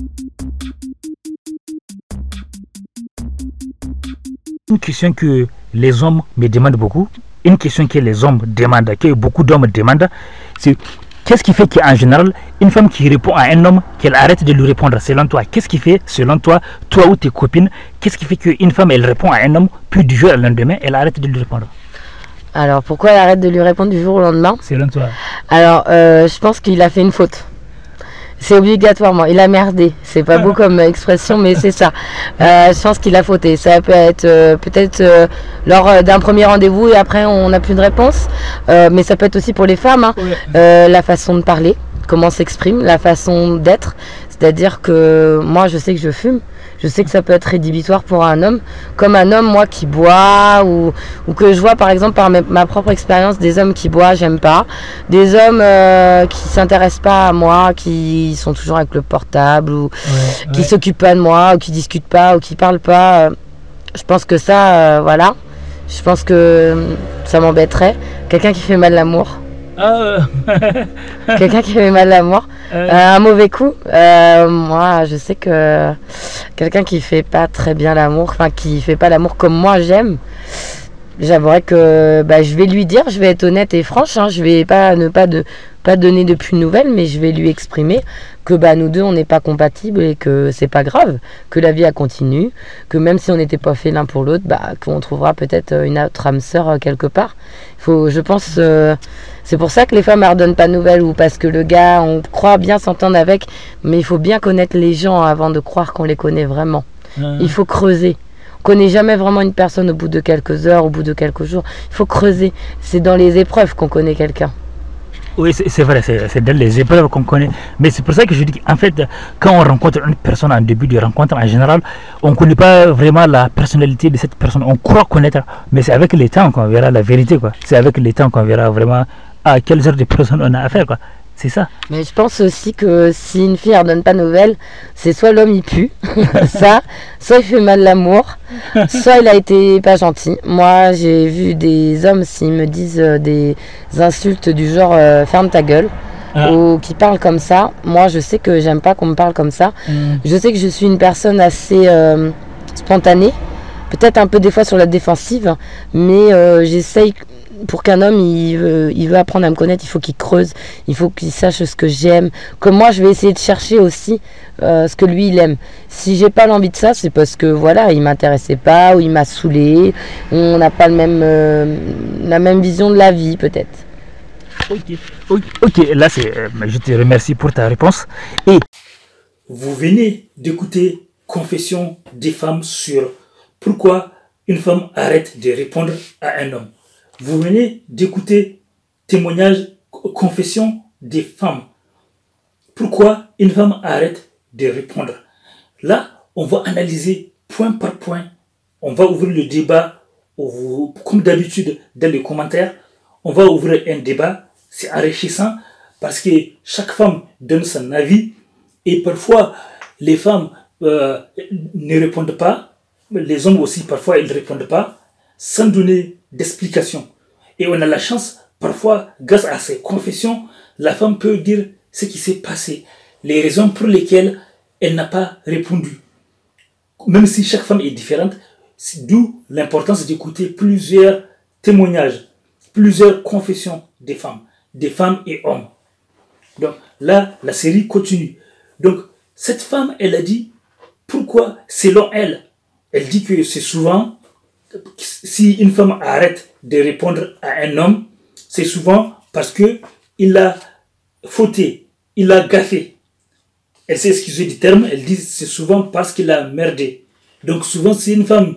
Une question que les hommes me demandent beaucoup, une question que les hommes demandent, que beaucoup d'hommes demandent, c'est qu'est-ce qui fait qu'en général, une femme qui répond à un homme, qu'elle arrête de lui répondre selon toi? Qu'est-ce qui fait, selon toi, toi ou tes copines, qu'est-ce qui fait qu'une femme, elle répond à un homme, puis du jour au lendemain, elle arrête de lui répondre? Alors, pourquoi elle arrête de lui répondre du jour au lendemain? Selon toi? Alors, je pense qu'il a fait une faute. C'est obligatoirement, il a merdé. C'est pas beau comme expression, mais c'est ça. Je pense qu'il a fauté. Ça peut être peut-être lors d'un premier rendez-vous et après on n'a plus de réponse. Mais ça peut être aussi pour les femmes. Hein. La façon de parler, comment s'exprime, la façon d'être. C'est-à-dire que moi, je sais que je fume. Je sais que ça peut être rédhibitoire pour un homme. Comme un homme, moi, qui boit ou que je vois, par exemple, par ma propre expérience, des hommes qui boivent, j'aime pas. Des hommes qui s'intéressent pas à moi, qui sont toujours avec le portable ou qui s'occupent pas de moi ou qui discutent pas ou qui parlent pas. Je pense que ça, voilà. Je pense que ça m'embêterait. Quelqu'un qui fait mal l'amour. Quelqu'un qui fait mal l'amour, un mauvais coup. Moi, je sais que quelqu'un qui fait pas très bien l'amour, enfin qui fait pas l'amour comme moi j'aime, j'avouerais que je vais lui dire, je vais être honnête et franche, hein, je vais pas pas donner de plus de nouvelles, mais je vais lui exprimer que nous deux on n'est pas compatibles et que c'est pas grave, que la vie a continue, que même si on n'était pas fait l'un pour l'autre, qu'on trouvera peut-être une autre âme sœur quelque part. Je pense, c'est pour ça que les femmes ne redonnent pas de nouvelles, ou parce que le gars, on croit bien s'entendre avec, mais il faut bien connaître les gens avant de croire qu'on les connaît vraiment. Il faut creuser. On connaît jamais vraiment une personne au bout de quelques heures, au bout de quelques jours. Il faut creuser. C'est dans les épreuves qu'on connaît quelqu'un. Oui, c'est vrai, c'est dans les épreuves qu'on connaît. Mais c'est pour ça que je dis qu'en fait, quand on rencontre une personne en début de rencontre, en général, on ne connaît pas vraiment la personnalité de cette personne. On croit connaître, mais c'est avec le temps qu'on verra la vérité, quoi. C'est avec le temps qu'on verra vraiment à quel genre de personne on a affaire, quoi. C'est ça. Mais je pense aussi que si une fille ne redonne pas de nouvelles, c'est soit l'homme il pue, soit il fait mal l'amour, soit il a été pas gentil. Moi j'ai vu des hommes, s'ils me disent des insultes du genre ferme ta gueule, ou qui parlent comme ça, moi je sais que j'aime pas qu'on me parle comme ça. Je sais que je suis une personne assez spontanée, peut-être un peu des fois sur la défensive, mais j'essaye. Pour qu'un homme il veut apprendre à me connaître, il faut qu'il creuse, il faut qu'il sache ce que j'aime, que moi je vais essayer de chercher aussi ce que lui il aime. Si j'ai pas l'envie de ça, c'est parce que voilà, il m'intéressait pas, ou il m'a saoulé, on n'a pas la même vision de la vie peut-être. Ok, là je te remercie pour ta réponse. Et vous venez d'écouter Confession des femmes sur pourquoi une femme arrête de répondre à un homme. Vous venez d'écouter témoignage, confession des femmes. Pourquoi une femme arrête de répondre? Là, on va analyser point par point. On va ouvrir le débat, comme d'habitude, dans les commentaires. On va ouvrir un débat. C'est enrichissant parce que chaque femme donne son avis. Et parfois, les femmes ne répondent pas. Les hommes aussi, parfois, ils ne répondent pas sans donner d'explication. Et on a la chance, parfois, grâce à ces confessions, la femme peut dire ce qui s'est passé, les raisons pour lesquelles elle n'a pas répondu. Même si chaque femme est différente, c'est d'où l'importance d'écouter plusieurs témoignages, plusieurs confessions des femmes et hommes. Donc là, la série continue. Donc, cette femme, elle a dit pourquoi, selon elle, elle dit que c'est souvent, si une femme arrête de répondre à un homme, c'est souvent parce qu'il a fauté, il a gaffé. Elle s'est excusée du terme, elle dit c'est souvent parce qu'il a merdé. Donc souvent, si une femme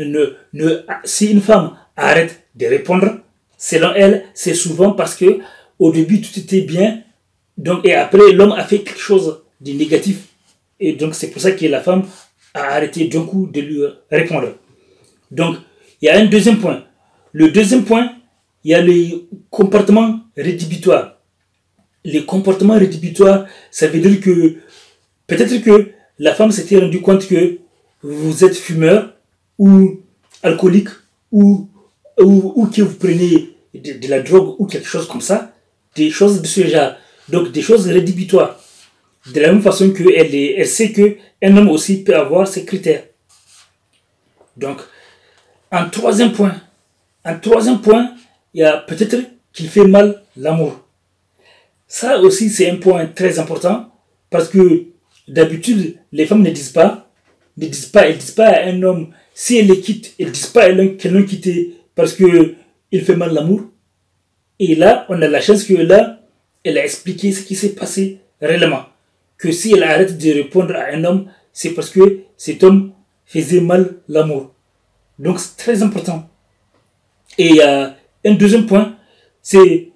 arrête de répondre, selon elle, c'est souvent parce que au début tout était bien, donc, et après l'homme a fait quelque chose de négatif. Et donc c'est pour ça que la femme a arrêté d'un coup de lui répondre. Donc, il y a un deuxième point. Le deuxième point, il y a les comportements rédhibitoires. Les comportements rédhibitoires, ça veut dire que peut-être que la femme s'était rendue compte que vous êtes fumeur ou alcoolique ou que vous prenez de la drogue ou quelque chose comme ça, des choses de ce genre. Donc des choses rédhibitoires. De la même façon elle sait qu'un homme aussi peut avoir ses critères. Donc, en troisième point, il y a peut-être qu'il fait mal l'amour. Ça aussi, c'est un point très important parce que d'habitude, les femmes ne disent pas, elles disent pas à un homme, si elle les quitte, elles ne disent pas qu'elles l'ont quitté parce qu'il fait mal l'amour. Et là, on a la chance que là, elle a expliqué ce qui s'est passé réellement. Que si elle arrête de répondre à un homme, c'est parce que cet homme faisait mal l'amour. Donc c'est très important. Et il y a un deuxième point, c'est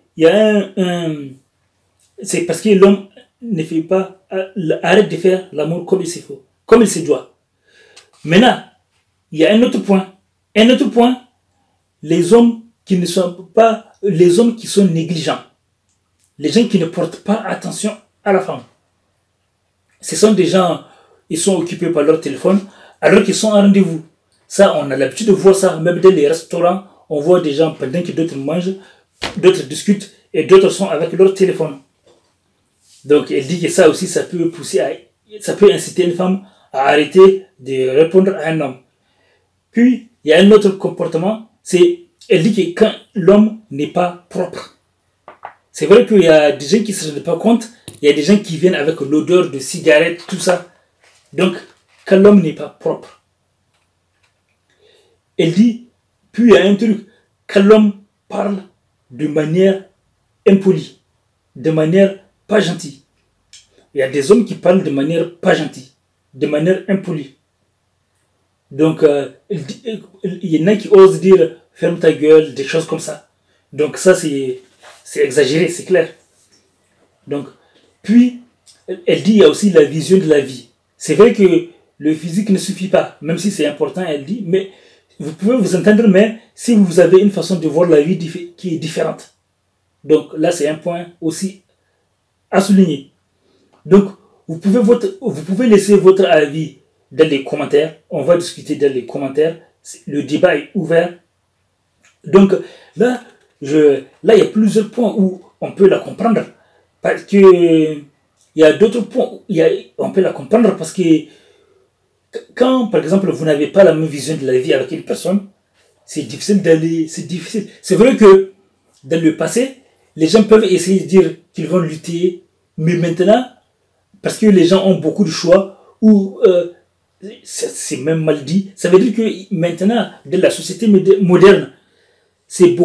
c'est parce que l'homme ne fait pas, arrête de faire l'amour comme il se faut, comme il se doit. Maintenant, il y a un autre point. Les hommes qui ne sont pas, les hommes qui sont négligents, les gens qui ne portent pas attention à la femme. Ce sont des gens, ils sont occupés par leur téléphone alors qu'ils sont en rendez-vous. Ça, on a l'habitude de voir ça, même dans les restaurants, on voit des gens pendant que d'autres mangent, d'autres discutent et d'autres sont avec leur téléphone. Donc, elle dit que ça aussi, ça peut inciter une femme à arrêter de répondre à un homme. Puis, il y a un autre comportement, elle dit que quand l'homme n'est pas propre. C'est vrai qu'il y a des gens qui ne se rendent pas compte, il y a des gens qui viennent avec l'odeur de cigarette, tout ça. Donc, quand l'homme n'est pas propre. Elle dit, puis il y a un truc, quand l'homme parle de manière impolie, de manière pas gentille. Il y a des hommes qui parlent de manière pas gentille, de manière impolie. Donc, il y en a qui osent dire ferme ta gueule, des choses comme ça. Donc, ça, c'est exagéré, c'est clair. Donc, puis, elle dit il y a aussi la vision de la vie. C'est vrai que le physique ne suffit pas, même si c'est important, elle dit, mais vous pouvez vous entendre, mais si vous avez une façon de voir la vie qui est différente. Donc, là, c'est un point aussi à souligner. Donc, vous pouvez laisser votre avis dans les commentaires. On va discuter dans les commentaires. Le débat est ouvert. Donc, là, il y a plusieurs points où on peut la comprendre. Parce que, il y a d'autres points où on peut la comprendre parce que quand, par exemple, vous n'avez pas la même vision de la vie avec une personne, c'est difficile d'aller, c'est difficile. C'est vrai que, dans le passé, les gens peuvent essayer de dire qu'ils vont lutter, mais maintenant, parce que les gens ont beaucoup de choix, ou c'est même mal dit, ça veut dire que maintenant, dans la société moderne, c'est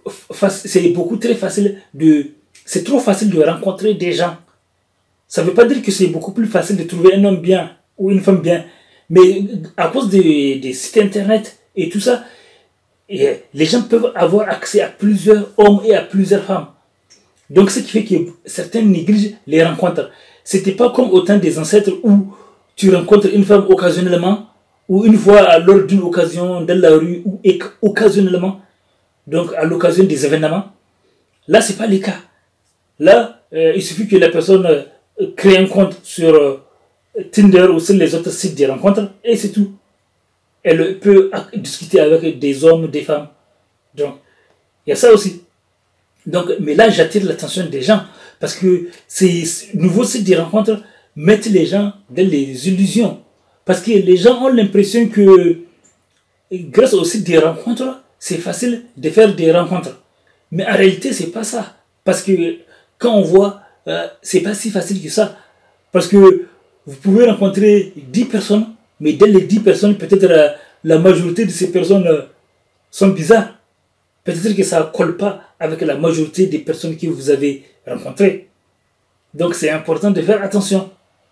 trop facile de rencontrer des gens. Ça ne veut pas dire que c'est beaucoup plus facile de trouver un homme bien ou une femme bien, mais à cause des sites internet et tout ça, les gens peuvent avoir accès à plusieurs hommes et à plusieurs femmes. Donc, ce qui fait que certains négligent les rencontres. C'était pas comme au temps des ancêtres où tu rencontres une femme occasionnellement, ou une fois lors d'une occasion dans la rue, ou occasionnellement, donc à l'occasion des événements. Là, c'est pas le cas. Là, il suffit que la personne crée un compte sur Tinder ou sur les autres sites de rencontres, et c'est tout. Elle peut discuter avec des hommes, des femmes. Donc, il y a ça aussi. Donc, mais là, j'attire l'attention des gens parce que ces nouveaux sites de rencontres mettent les gens dans les illusions. Parce que les gens ont l'impression que grâce aux sites de rencontres, c'est facile de faire des rencontres. Mais en réalité, c'est pas ça. Parce que quand on voit, c'est pas si facile que ça. Parce que vous pouvez rencontrer 10 personnes, mais dans les 10 personnes, peut-être la majorité de ces personnes sont bizarres. Peut-être que ça ne colle pas avec la majorité des personnes que vous avez rencontrées. Donc, c'est important de faire attention.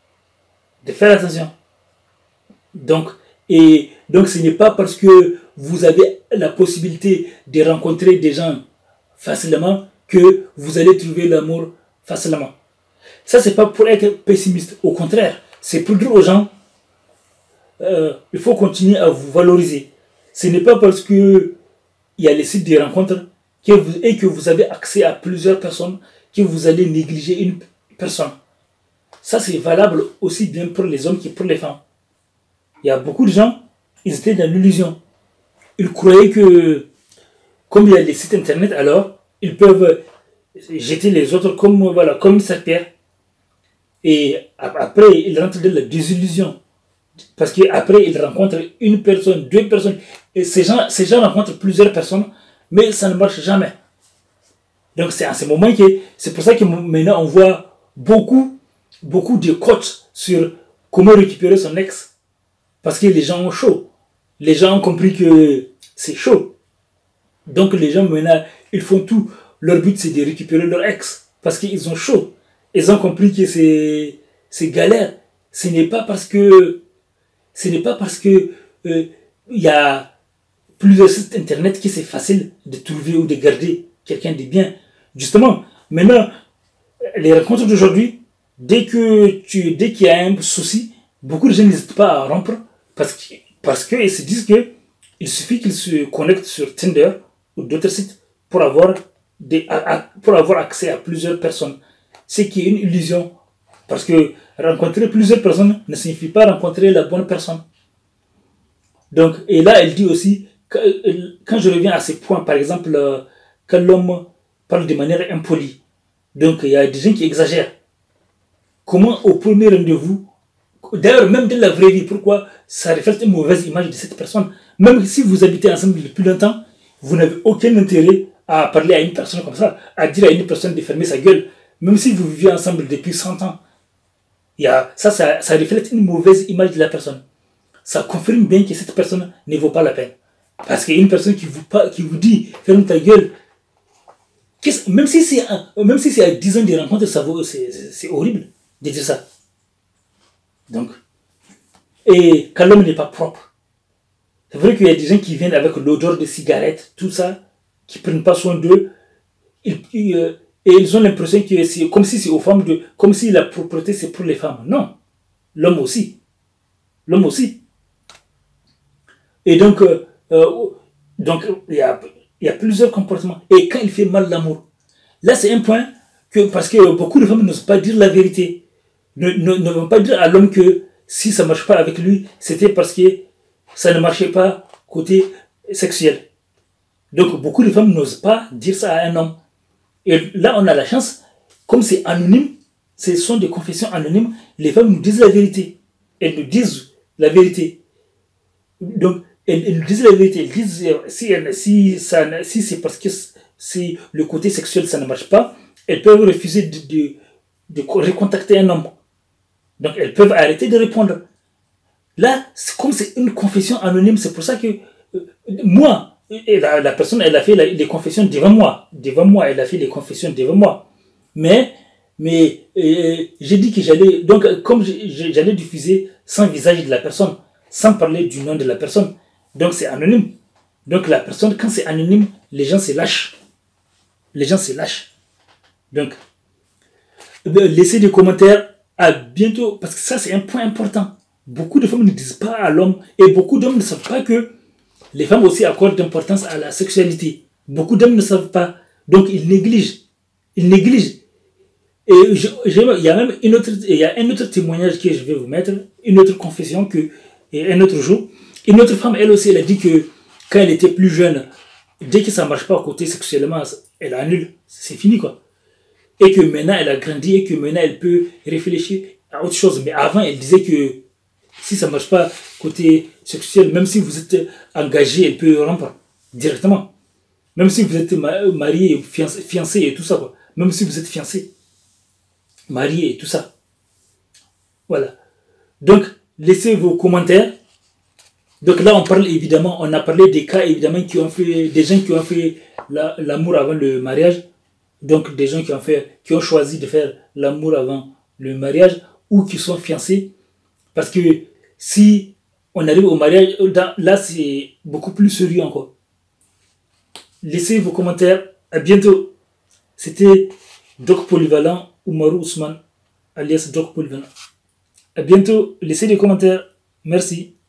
Donc, ce n'est pas parce que vous avez la possibilité de rencontrer des gens facilement que vous allez trouver l'amour facilement. Ça, c'est pas pour être pessimiste. Au contraire, c'est pour dire aux gens, il faut continuer à vous valoriser. Ce n'est pas parce que il y a les sites de rencontres et que vous avez accès à plusieurs personnes que vous allez négliger une personne. Ça, c'est valable aussi bien pour les hommes que pour les femmes. Il y a beaucoup de gens, ils étaient dans l'illusion. Ils croyaient que, comme il y a les sites internet, alors, ils peuvent jeter les autres comme une serpillère. Et après, il rentre dans la désillusion. Parce qu'après, il rencontre une personne, deux personnes. Et ces gens rencontrent plusieurs personnes, mais ça ne marche jamais. Donc c'est à ce moment que c'est pour ça que maintenant on voit beaucoup de coachs sur comment récupérer son ex. Parce que les gens ont chaud. Les gens ont compris que c'est chaud. Donc les gens maintenant, ils font tout. Leur but c'est de récupérer leur ex. Parce qu'ils ont chaud. Ils ont compris que c'est galère. Ce n'est pas parce que il y a plusieurs sites internet que c'est facile de trouver ou de garder quelqu'un de bien. Justement, maintenant, les rencontres d'aujourd'hui, dès qu'il y a un souci, beaucoup de gens n'hésitent pas à rompre parce qu'ils se disent que il suffit qu'ils se connectent sur Tinder ou d'autres sites pour avoir accès à plusieurs personnes. Ce qui est une illusion. Parce que rencontrer plusieurs personnes ne signifie pas rencontrer la bonne personne. Donc, et là, elle dit aussi, quand je reviens à ces points, par exemple, quand l'homme parle de manière impolie, donc il y a des gens qui exagèrent. Comment au premier rendez-vous, d'ailleurs même dans la vraie vie, pourquoi ça reflète une mauvaise image de cette personne. Même si vous habitez ensemble depuis longtemps, vous n'avez aucun intérêt à parler à une personne comme ça, à dire à une personne de fermer sa gueule, même si vous vivez ensemble depuis 100 ans. Ça reflète une mauvaise image de la personne. Ça confirme bien que cette personne ne vaut pas la peine. Parce qu'une personne qui vous dit ferme ta gueule, même si c'est à 10 ans de rencontre, c'est horrible de dire ça. Donc, et quand l'homme n'est pas propre, c'est vrai qu'il y a des gens qui viennent avec l'odeur de cigarettes, tout ça, qui ne prennent pas soin d'eux, et ils ont l'impression que c'est comme si c'est aux femmes, comme si la propreté c'est pour les femmes. Non, l'homme aussi. L'homme aussi. Et donc, il y a plusieurs comportements. Et quand il fait mal l'amour, là c'est un point parce que beaucoup de femmes n'osent pas dire la vérité. Ne vont pas dire à l'homme que si ça ne marche pas avec lui, c'était parce que ça ne marchait pas côté sexuel. Donc beaucoup de femmes n'osent pas dire ça à un homme. Et là on a la chance, comme c'est anonyme, ce sont des confessions anonymes, les femmes nous disent la vérité. Elles nous disent la vérité. Donc elles nous disent la vérité. Elles disent si c'est parce que si le côté sexuel ça ne marche pas, elles peuvent refuser de recontacter un homme. Donc elles peuvent arrêter de répondre. Là, comme c'est une confession anonyme, c'est pour ça que moi, et la personne, elle a fait les confessions devant moi. Devant moi, elle a fait les confessions devant moi. Mais j'ai dit que j'allais, donc comme j'allais diffuser sans visage de la personne, sans parler du nom de la personne. Donc c'est anonyme. Donc la personne, quand c'est anonyme, les gens se lâchent. Les gens se lâchent. Donc, laissez des commentaires. À bientôt, parce que ça c'est un point important. Beaucoup de femmes ne disent pas à l'homme, et beaucoup d'hommes ne savent pas que les femmes aussi accordent d'importance à la sexualité. Beaucoup d'hommes ne savent pas, donc ils négligent. Ils négligent. Et il y a même un autre témoignage que je vais vous mettre, une autre confession et un autre jour. Une autre femme, elle aussi, elle a dit que quand elle était plus jeune, dès que ça ne marche pas côté sexuellement, elle annule. C'est fini quoi. Et que maintenant elle a grandi et que maintenant elle peut réfléchir à autre chose. Mais avant, elle disait que si ça ne marche pas côté sexuel, même si vous êtes engagé, elle peut rompre directement. Même si vous êtes marié, fiancé et tout ça, quoi. Même si vous êtes fiancé, marié et tout ça. Voilà. Donc, laissez vos commentaires. Donc là, on a parlé des cas évidemment des gens qui ont fait l'amour avant le mariage. Donc des gens qui ont choisi de faire l'amour avant le mariage ou qui sont fiancés. Parce que si on arrive au mariage, là c'est beaucoup plus sérieux encore. Laissez vos commentaires. À bientôt. C'était Doc Polyvalent, Oumarou Ousmane, alias Doc Polyvalent. À bientôt. Laissez des commentaires. Merci.